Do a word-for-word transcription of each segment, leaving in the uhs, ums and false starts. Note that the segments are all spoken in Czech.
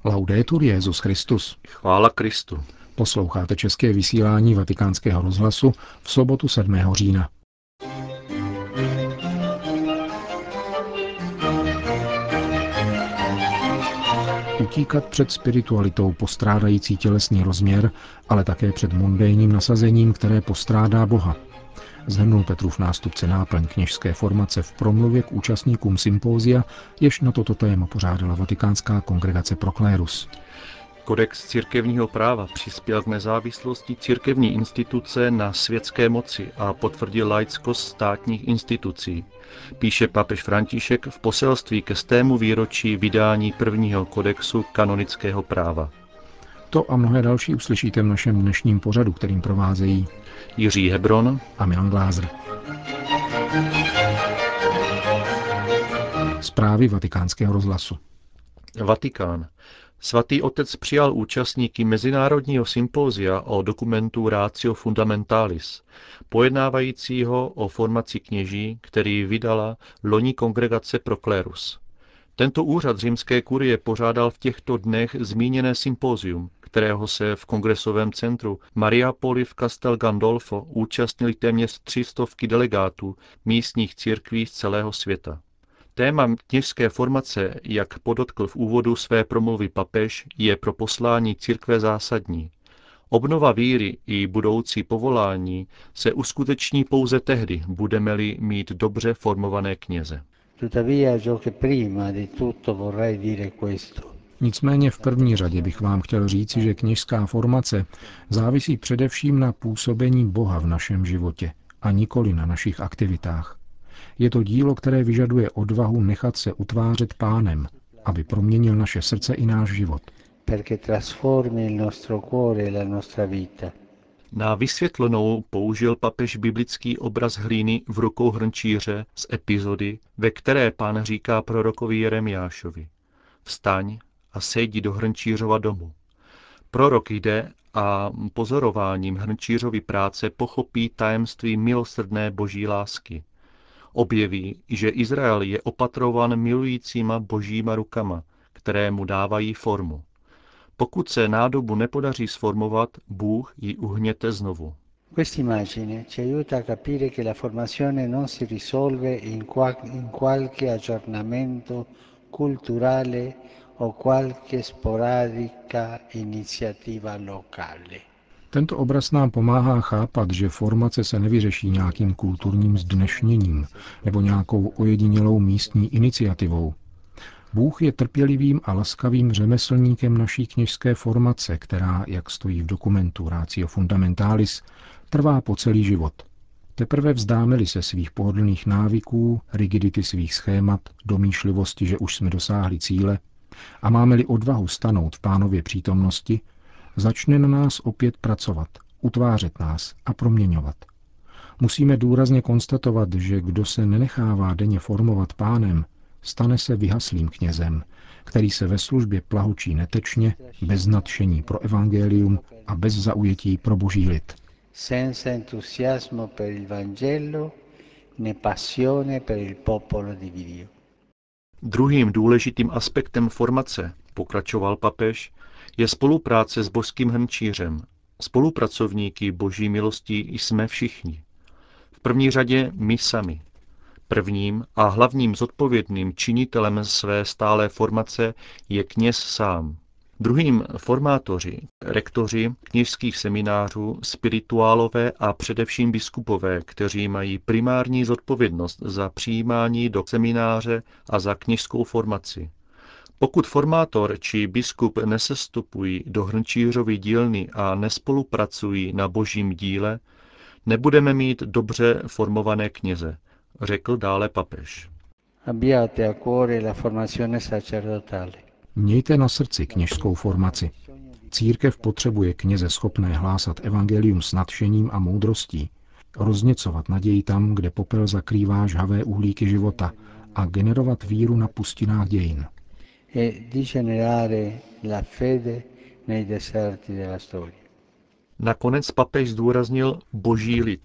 Laudetur Jesus Christus. Chvála Kristu. Posloucháte české vysílání Vatikánského rozhlasu v sobotu sedmého října. Utíkat před spiritualitou postrádající tělesný rozměr, ale také před mundénním nasazením, které postrádá Boha. Shrnul Petrův nástupce náplň kněžské formace v promluvě k účastníkům sympózia, jež na toto téma pořádala Vatikánská kongregace pro klérus. Kodex církevního práva přispěl k nezávislosti církevní instituce na světské moci a potvrdil laickost státních institucí, píše papež František v poselství ke stému výročí vydání prvního kodexu kanonického práva. To a mnohé další uslyšíte v našem dnešním pořadu, kterým provázejí Jiří Hebron a Milan Glázer. Zprávy Vatikánského rozhlasu. Vatikán. Svatý otec přijal účastníky mezinárodního sympózia o dokumentu Ratio Fundamentalis, pojednávajícího o formaci kněží, který vydala loni Kongregace pro klérus. Tento úřad římské kurie pořádal v těchto dnech zmíněné sympózium, kterého se v kongresovém centru Mariapoli v Castel Gandolfo účastnili téměř tři stovky delegátů místních církví z celého světa. Téma kněžské formace, jak podotkl v úvodu své promluvy papež, je pro poslání církve zásadní. Obnova víry i budoucí povolání se uskuteční pouze tehdy, budeme-li mít dobře formované kněze. Nicméně v první řadě bych vám chtěl říci, že kněžská formace závisí především na působení Boha v našem životě a nikoli na našich aktivitách. Je to dílo, které vyžaduje odvahu nechat se utvářet Pánem, aby proměnil naše srdce i náš život. Na vysvětlenou použil papež biblický obraz hlíny v rukou hrnčíře z epizody, ve které Pán říká prorokovi Jeremiášovi: Vstaň a sejdi do hrnčířova domu. Prorok jde a pozorováním hrnčířovy práce pochopí tajemství milosrdné boží lásky. Objeví, že Izrael je opatrován milujícíma božíma rukama, které mu dávají formu. Pokud se nádobu nepodaří sformovat, Bůh ji uhněte znovu. Questa immagine ci aiuta a capire che la formazione non si risolve in, qua, in qualche aggiornamento culturale o qualche sporadica iniziativa locale. Tento obraz nám pomáhá chápat, že formace se nevyřeší nějakým kulturním zdnešněním nebo nějakou ojedinělou místní iniciativou. Bůh je trpělivým a laskavým řemeslníkem naší kněžské formace, která, jak stojí v dokumentu Ratio Fundamentalis, trvá po celý život. Teprve vzdáme-li se svých pohodlných návyků, rigidity svých schémat, domýšlivosti, že už jsme dosáhli cíle, a máme-li odvahu stanout v Pánově přítomnosti, začne na nás opět pracovat, utvářet nás a proměňovat. Musíme důrazně konstatovat, že kdo se nenechává denně formovat Pánem, stane se vyhaslým knězem, který se ve službě plahočí netečně, bez nadšení pro evangelium a bez zaujetí pro boží lid. Senza entusiasmo per il Vangelo, né passione per il popolo di Dio. Druhým důležitým aspektem formace, pokračoval papež, je spolupráce s božským hrnčířem. Spolupracovníky boží milosti jsme všichni. V první řadě my sami. Prvním a hlavním zodpovědným činitelem své stálé formace je kněz sám. Druhým formátoři, rektoři kněžských seminářů, spirituálové a především biskupové, kteří mají primární zodpovědnost za přijímání do semináře a za kněžskou formaci. Pokud formátor či biskup nesestupují do hrnčířovy dílny a nespolupracují na božím díle, nebudeme mít dobře formované kněze, řekl dále papež. Abbiate a cuore la formazione sacerdotale. Mějte na srdci kněžskou formaci. Církev potřebuje kněze schopné hlásat evangelium s nadšením a moudrostí, rozněcovat naději tam, kde popel zakrývá žhavé uhlíky života, a generovat víru na pustinách dějin. E di generare la fede nei deserti della storia. Nakonec papež zdůraznil boží lid.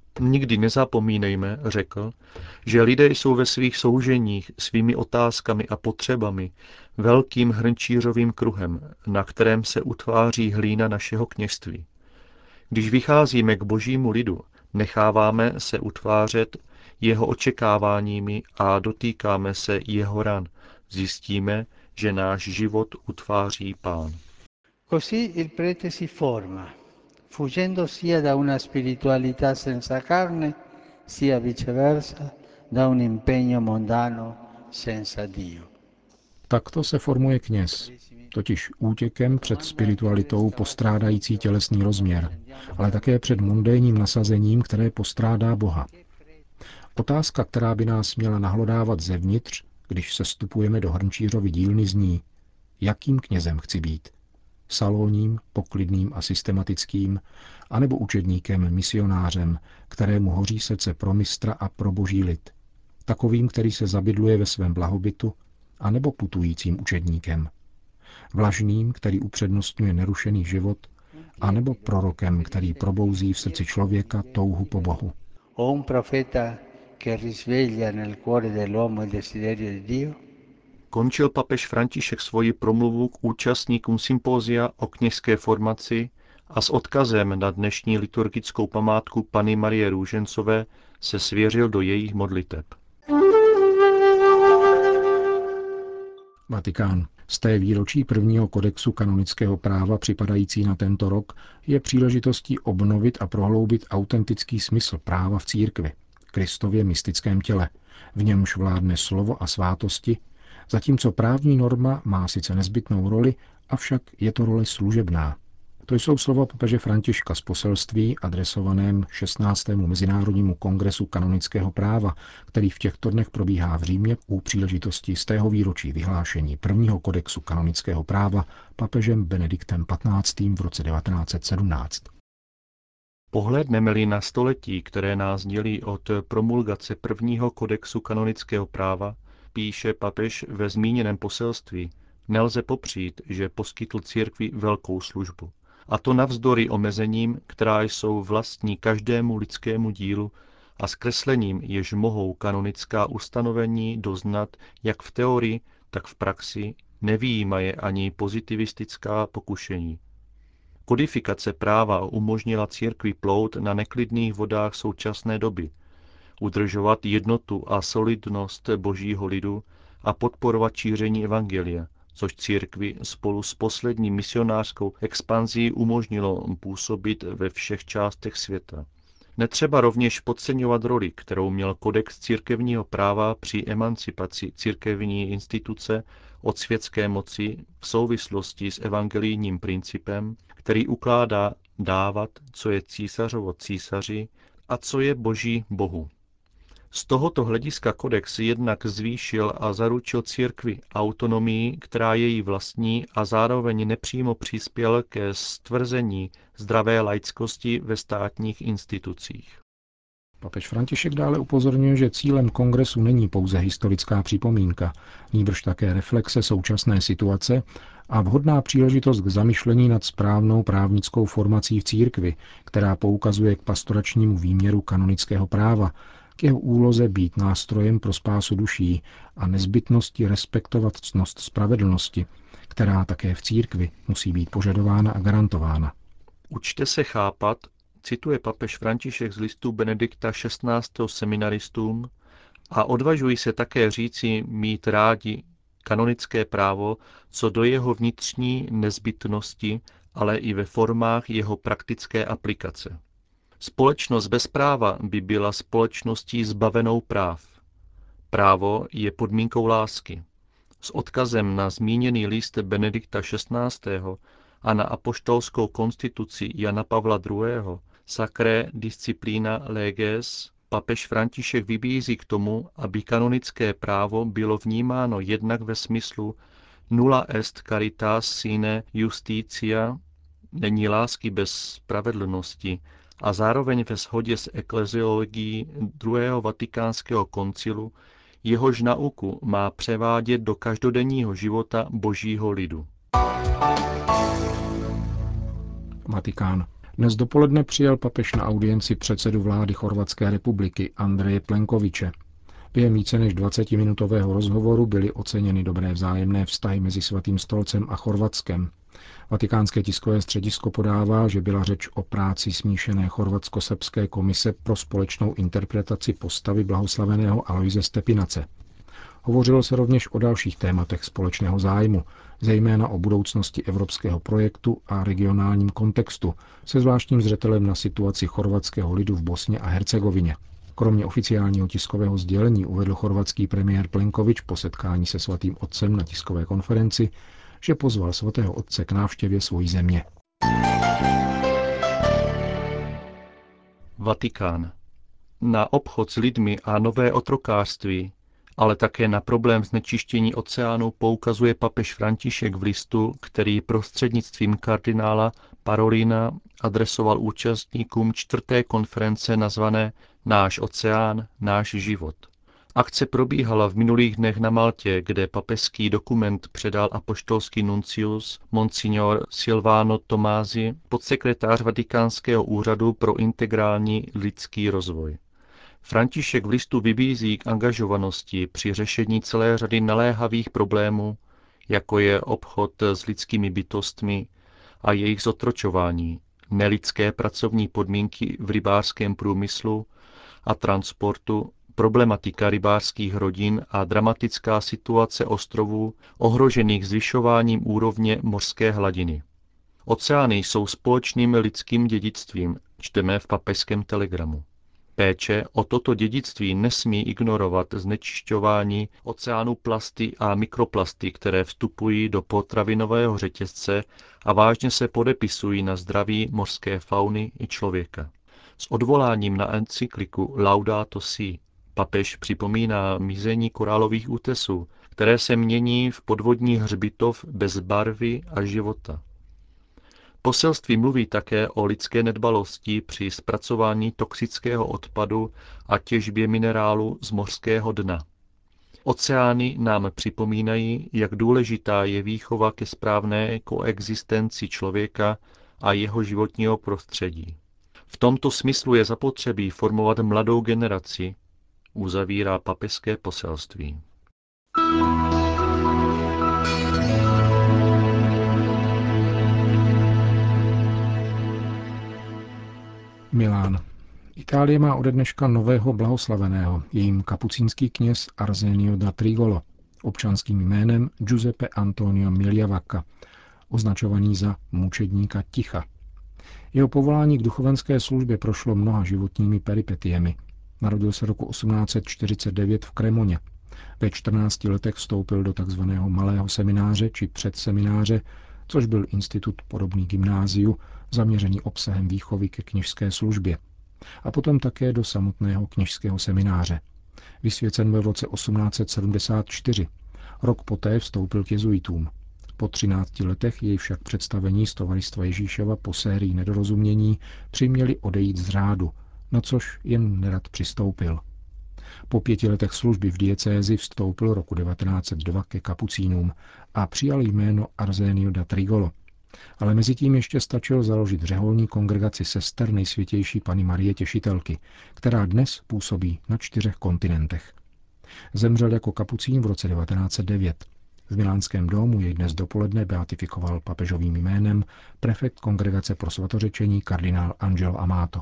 Nikdy nezapomínejme, řekl, že lidé jsou ve svých souženích svými otázkami a potřebami velkým hrnčířovým kruhem, na kterém se utváří hlína našeho kněžství. Když vycházíme k božímu lidu, necháváme se utvářet jeho očekáváními a dotýkáme se jeho ran. Zjistíme, že náš život utváří Pán. Così il prete si forma, fuggendo sia da una spiritualità senza carne, sia viceversa da un impegno mondano senza Dio. Takto se formuje kněz, totiž útěkem před spiritualitou postrádající tělesný rozměr, ale také před mundénním nasazením, které postrádá Boha. Otázka, která by nás měla nahlodávat zevnitř, když sestupujeme do hrnčířovy dílny, zní: jakým knězem chci být? Salonním, poklidným a systematickým, anebo učedníkem, misionářem, kterému hoří srdce pro mistra a pro boží lid? Takovým, který se zabydluje ve svém blahobytu, anebo putujícím učedníkem? Vlažným, který upřednostňuje nerušený život, anebo prorokem, který probouzí v srdci člověka touhu po Bohu? O un profeta che risveglia nel cuore dell'uomo il desiderio di Dio? Končil papež František svoji promluvu k účastníkům sympózia o kněžské formaci a s odkazem na dnešní liturgickou památku Panny Marie Růžencové se svěřil do jejich modliteb. Vatikán. Z té výročí prvního kodexu kanonického práva připadající na tento rok je příležitostí obnovit a prohloubit autentický smysl práva v církvi, Kristově mystickém těle, v němž vládne slovo a svátosti, zatímco právní norma má sice nezbytnou roli, avšak je to role služebná. To jsou slova papeže Františka z poselství adresovaném šestnáctému Mezinárodnímu kongresu kanonického práva, který v těchto dnech probíhá v Římě u příležitosti z tého výročí vyhlášení prvního kodexu kanonického práva papežem Benediktem patnáctým v roce devatenáct set sedmnáct. Pohlédneme-li na století, které nás dělí od promulgace prvního kodexu kanonického práva, píše papež ve zmíněném poselství, nelze popřít, že poskytl církvi velkou službu. A to navzdory omezením, která jsou vlastní každému lidskému dílu a zkreslením, jež mohou kanonická ustanovení doznat jak v teorii, tak v praxi, nevyjímaje ani pozitivistická pokušení. Kodifikace práva umožnila církvi plout na neklidných vodách současné doby, udržovat jednotu a solidnost božího lidu a podporovat šíření evangelia, což církvi spolu s poslední misionářskou expanzí umožnilo působit ve všech částech světa. Netřeba rovněž podceňovat roli, kterou měl kodex církevního práva při emancipaci církevní instituce od světské moci v souvislosti s evangelijním principem, který ukládá dávat, co je císařovo císaři a co je boží Bohu. Z tohoto hlediska kodex jednak zvýšil a zaručil církvi autonomii, která je jí vlastní, a zároveň nepřímo přispěl ke stvrzení zdravé laickosti ve státních institucích. Papež František dále upozorňuje, že cílem kongresu není pouze historická připomínka, nýbrž také reflexe současné situace a vhodná příležitost k zamyšlení nad správnou právnickou formací v církvi, která poukazuje k pastoračnímu výměru kanonického práva, k jeho úloze být nástrojem pro spásu duší a nezbytnosti respektovat ctnost spravedlnosti, která také v církvi musí být požadována a garantována. Učte se chápat, cituje papež František z listu Benedikta šestnáctého seminaristům, a odvažují se také říci mít rádi kanonické právo co do jeho vnitřní nezbytnosti, ale i ve formách jeho praktické aplikace. Společnost bez práva by byla společností zbavenou práv. Právo je podmínkou lásky. S odkazem na zmíněný list Benedikta šestnáctého a na apoštolskou konstituci Jana Pavla druhého. Sacrae disciplina leges, papež František vybízí k tomu, aby kanonické právo bylo vnímáno jednak ve smyslu nulla est caritas sine justitia, není lásky bez spravedlnosti, a zároveň ve shodě s ekleziologií druhého vatikánského koncilu, jehož nauku má převádět do každodenního života božího lidu. Vatikán. Dnes dopoledne přijal papež na audienci předsedu vlády Chorvatské republiky Andreje Plenkoviče. Během více než dvacetiminutového rozhovoru byly oceněny dobré vzájemné vztahy mezi Svatým stolcem a Chorvatskem. Vatikánské tiskové středisko podává, že byla řeč o práci smíšené chorvatsko-srbské komise pro společnou interpretaci postavy blahoslaveného Alojze Stepinace. Hovořilo se rovněž o dalších tématech společného zájmu, zejména o budoucnosti evropského projektu a regionálním kontextu, se zvláštním zřetelem na situaci chorvatského lidu v Bosně a Hercegovině. Kromě oficiálního tiskového sdělení uvedl chorvatský premiér Plenković po setkání se Svatým otcem na tiskové konferenci, že pozval Svatého otce k návštěvě svojí země. Vatikán. Na obchod s lidmi a nové otrokářství, ale také na problém znečištění oceánu poukazuje papež František v listu, který prostřednictvím kardinála Parolina adresoval účastníkům čtvrté konference nazvané Náš oceán, náš život. Akce probíhala v minulých dnech na Maltě, kde papežský dokument předal apoštolský nuncius Monsignor Silvano Tomasi, podsekretář Vatikánského úřadu pro integrální lidský rozvoj. František v listu vybízí k angažovanosti při řešení celé řady naléhavých problémů, jako je obchod s lidskými bytostmi a jejich zotročování, nelidské pracovní podmínky v rybářském průmyslu a transportu, problematika rybářských rodin a dramatická situace ostrovů ohrožených zvyšováním úrovně mořské hladiny. Oceány jsou společným lidským dědictvím, čteme v papežském telegramu. Péče o toto dědictví nesmí ignorovat znečišťování oceánu plasty a mikroplasty, které vstupují do potravinového řetězce a vážně se podepisují na zdraví mořské fauny i člověka. S odvoláním na encykliku Laudato Si papež připomíná mizení korálových útesů, které se mění v podvodní hřbitov bez barvy a života. Poselství mluví také o lidské nedbalosti při zpracování toxického odpadu a těžbě minerálu z mořského dna. Oceány nám připomínají, jak důležitá je výchova ke správné koexistenci člověka a jeho životního prostředí. V tomto smyslu je zapotřebí formovat mladou generaci, uzavírá papežské poselství. Milán. Itálie má ode dneška nového blahoslaveného, je jím kapucínský kněz Arsenio da Trigolo, občanským jménem Giuseppe Antonio Migliavacca, označovaný za mučedníka ticha. Jeho povolání k duchovenské službě prošlo mnoha životními peripetiemi. Narodil se roku osmnáct set čtyřicet devět v Cremoně. Ve čtrnácti letech vstoupil do takzvaného malého semináře či předsemináře, což byl institut podobný gymnáziu, zaměřený obsahem výchovy ke kněžské službě. A potom také do samotného kněžského semináře. Vysvěcen byl v roce osmnáct set sedmdesát čtyři. Rok poté vstoupil k jezuitům. Po třinácti letech jej však představení z Tovaristva Ježíšova po sérii nedorozumění přiměli odejít z řádu, na což jen nerad přistoupil. Po pěti letech služby v diecézi vstoupil roku devatenáct set dva ke kapucínům a přijal jméno Arsenio da Trigolo. Ale mezi tím ještě stačil založit řeholní kongregaci sester Nejsvětější Panny Marie Těšitelky, která dnes působí na čtyřech kontinentech. Zemřel jako kapucín v roce devatenáct set devět. V milánském domu jej dnes dopoledne beatifikoval papežovým jménem prefekt Kongregace pro svatořečení kardinál Angelo Amato.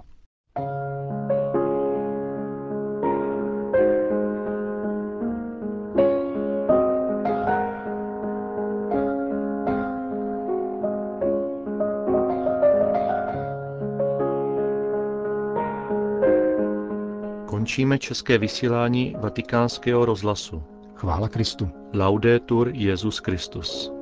Končíme české vysílání Vatikánského rozhlasu. Chvála Kristu. Laudetur Jesus Christus.